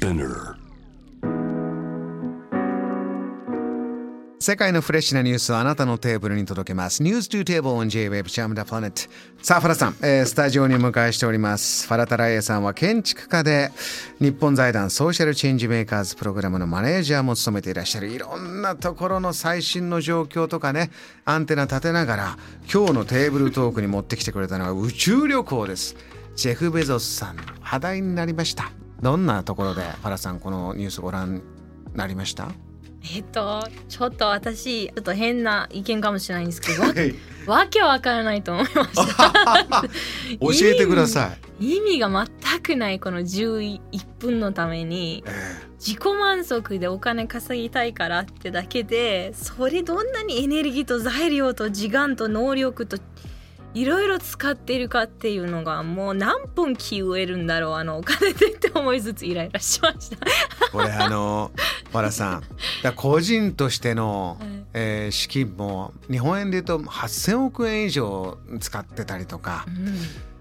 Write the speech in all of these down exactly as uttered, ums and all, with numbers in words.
Spinner。 世界のフレッシュなニュースをあなたのテーブルに届けます。News to Table on J-Wave Jam the Planet。さあ、ファラさん、えー、スタジオにお迎えしております。ファラタライエさんは建築家で、日本財団ソーシャルチェンジメーカーズプログラムのマネージャーも務めていらっしゃる。いろんなところの最新の状況とかね、アンテナ立てながら、今日のテーブルトークに持ってきてくれたのは宇宙旅行です。ジェフ・ベゾスさん、話題になりました。どんなところでファラさん、このニュースご覧になりました？ えっとちょっと私ちょっと変な意見かもしれないんですけどわ, わけわからないと思いました教えてください。意味が全くないこのじゅういっぷんのために、えー、自己満足でお金稼ぎたいからってだけで、それどんなにエネルギーと材料と時間と能力といろいろ使っているかっていうのが、もう何本木植えるんだろうあのお金でって思いつつイライラしましたこれあのファラさんだ個人としての、はいえー、資金も日本円で言うとはっせんおくえん以上使ってたりとか、うん、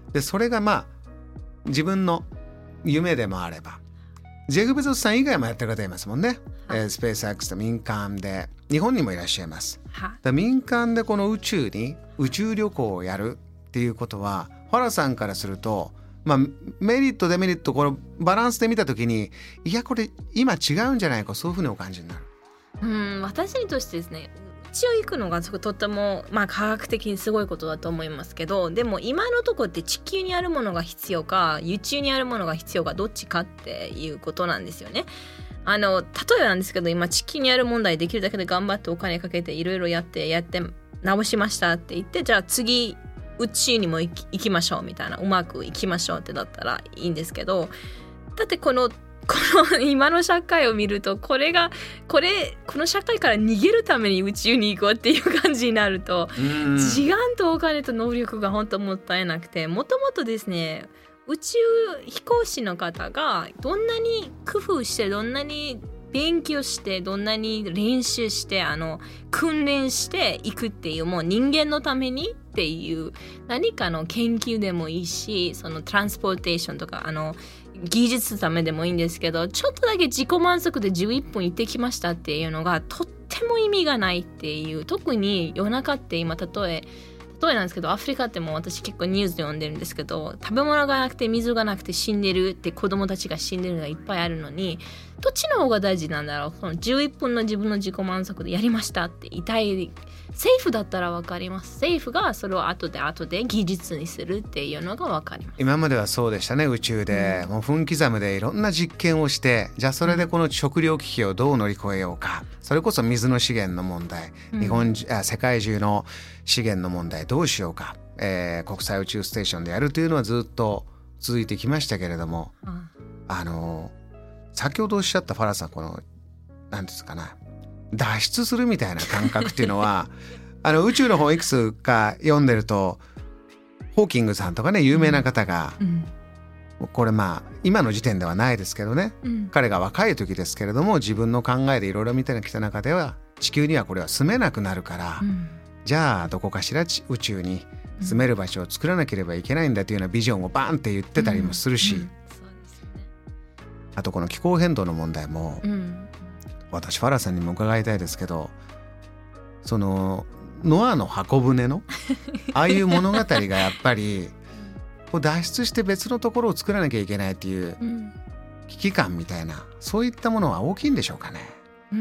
でそれがまあ自分の夢でもあれば、ジェフ・ベゾスさん以外もやってる方いますもんね、はいえー、スペース X と民間で日本にもいらっしゃいます、はい、だ民間でこの宇宙に宇宙旅行をやるっていうことは、ファラさんからすると、まあ、メリットデメリットこのバランスで見たときに、いやこれ今違うんじゃないか、そういうふうにお感じになる。 うん、私にとしてですね、宇宙行くのがとっても、まあ、科学的にすごいことだと思いますけど、でも今のところって地球にあるものが必要か宇宙にあるものが必要かどっちかっていうことなんですよね。あの例えばなんですけど、今地球にある問題できるだけで頑張ってお金かけていろいろやってやって直しましたって言って、じゃあ次宇宙にも行 き, 行きましょうみたいな、うまくいきましょうってだったらいいんですけど、だってこのこの今の社会を見ると、これがこれこの社会から逃げるために宇宙に行こうっていう感じになると、時間とお金と能力が本当もったいなくて、もともとですね、宇宙飛行士の方がどんなに工夫して、どんなに勉強して、どんなに練習して、あの訓練していくっていう、もう人間のためにっていう何かの研究でもいいし、そのトランスポーテーションとかあの技術のためでもいいんですけど、ちょっとだけ自己満足でじゅういっぷん行ってきましたっていうのがとっても意味がないっていう。特に夜中って今例え例えなんですけど、アフリカってもう私結構ニュースで読んでるんですけど、食べ物がなくて水がなくて死んでるって子供たちが死んでるのがいっぱいあるのに、どっちの方が大事なんだろう。そのじゅういっぷんの自分の自己満足でやりましたって言いたい。セーフだったら分かります。セーフがそれを後で後で技術にするっていうのが分かります。 今まではそうでしたね。宇宙で、うん、もう分刻みでいろんな実験をして、じゃあそれでこの食糧危機をどう乗り越えようか、それこそ水の資源の問題、うん、日本あ世界中の資源の問題どうしようか、えー、国際宇宙ステーションでやるというのはずっと続いてきましたけれども、うん、あの先ほどおっしゃったファラさん、この何ですかな、脱出するみたいな感覚っていうのはあの宇宙の本いくつか読んでると、ホーキングさんとかね、有名な方が、うんうん、これまあ今の時点ではないですけどね、うん、彼が若い時ですけれども、自分の考えでいろいろ見てきた中では、地球にはこれは住めなくなるから、うん、じゃあどこかしら宇宙に住める場所を作らなければいけないんだというようなビジョンをバーンって言ってたりもするし、うんうん、あとこの気候変動の問題も、うん、私ファラさんにも伺いたいですけど、そのノアの箱舟のああいう物語がやっぱりこう脱出して別のところを作らなきゃいけないっていう危機感みたいな、そういったものは大きいんでしょうかね。 うん、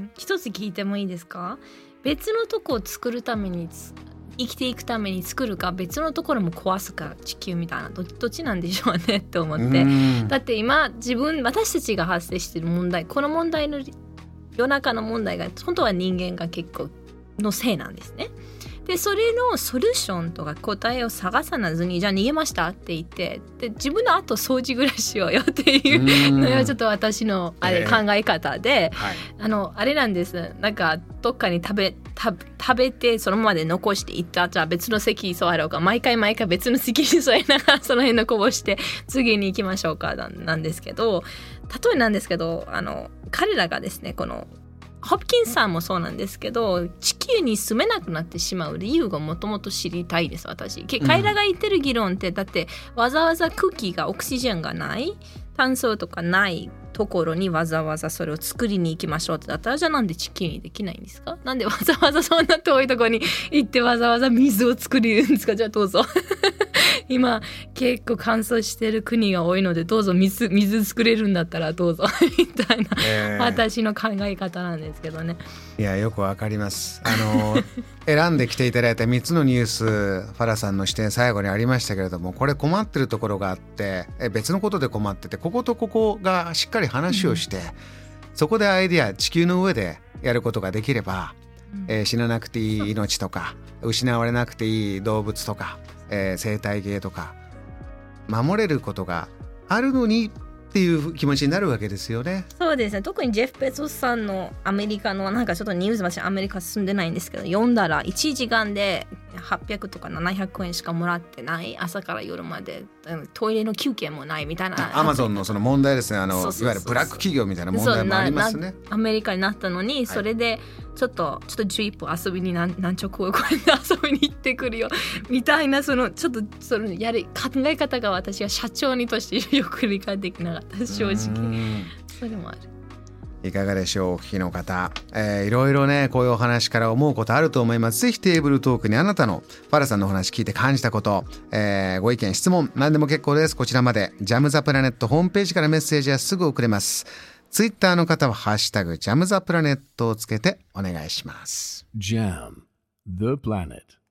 一つ聞いてもいいですか？別のとこを作るために、生きていくために作るか、別のところも壊すか、地球みたいな ど, どっちなんでしょうねって思って。だって今自分私たちが発生している問題、この問題の夜中の問題が本当は人間が結構のせいなんですね。でそれのソリューションとか答えを探さなずに、じゃあ逃げましたって言って、で自分の後掃除ぐらいしようよっていうのがちょっと私のあれ、えー、考え方で、はい、あのあれなんです。なんかどっかに食べ食べてそのままで残していった、じゃあ別の席に座ろうか、毎回毎回別の席に座りながらその辺のこぼして次に行きましょうかなんですけど、例えなんですけど、あの彼らがですね、このホプキンスさんもそうなんですけど、地球に住めなくなってしまう理由がもともと知りたいです。私彼らが言ってる議論って、だってわざわざ空気がオクシジェンがない炭素とかないところにわざわざそれを作りに行きましょうってだったら、じゃあなんで地球にできないんですか？なんでわざわざそんな遠いところに行ってわざわざ水を作りるんですか？じゃあどうぞ今結構乾燥してる国が多いので、どうぞ 水, 水作れるんだったらどうぞみたいな、えー、私の考え方なんですけどね。 いや、よくわかります。あの選んできていただいたみっつのニュース、ファラさんの視点最後にありましたけれども、これ困ってるところがあって、え別のことで困ってて、こことここがしっかり話をして、うん、そこでアイディア、地球の上でやることができれば、うんえー、死ななくていい命とか失われなくていい動物とか、えー、生態系とか守れることがあるのにっていう気持ちになるわけですよね。 そうですね。特にジェフ・ベゾスさんのアメリカのなんかちょっとニュース、私アメリカ住んでないんですけど、読んだらいちじかんではっぴゃくとかななひゃくえんしかもらってない、朝から夜までトイレの休憩もないみたいな。 アマゾンのその問題ですね。あのそうそうそうそう、いわゆるブラック企業みたいな問題もありますね。 アメリカになったのに、それでちょっとちょっとじゅういっぷん遊びに何何ちょここうやって遊びに行ってくるよみたいな、そのちょっとそのやり考え方が私は社長にとしてよく理解できなかった正直。それもある。 いかがでしょう、お聞きの方、えー、いろいろねこういうお話から思うことあると思います。ぜひテーブルトークにあなたのファラさんのお話聞いて感じたこと、えー、ご意見質問何でも結構です。こちらまでジャムザプラネットホームページからメッセージはすぐ送れます。ツイッターの方はハッシュタグジャムザプラネットをつけてお願いします。 ジャム The Planet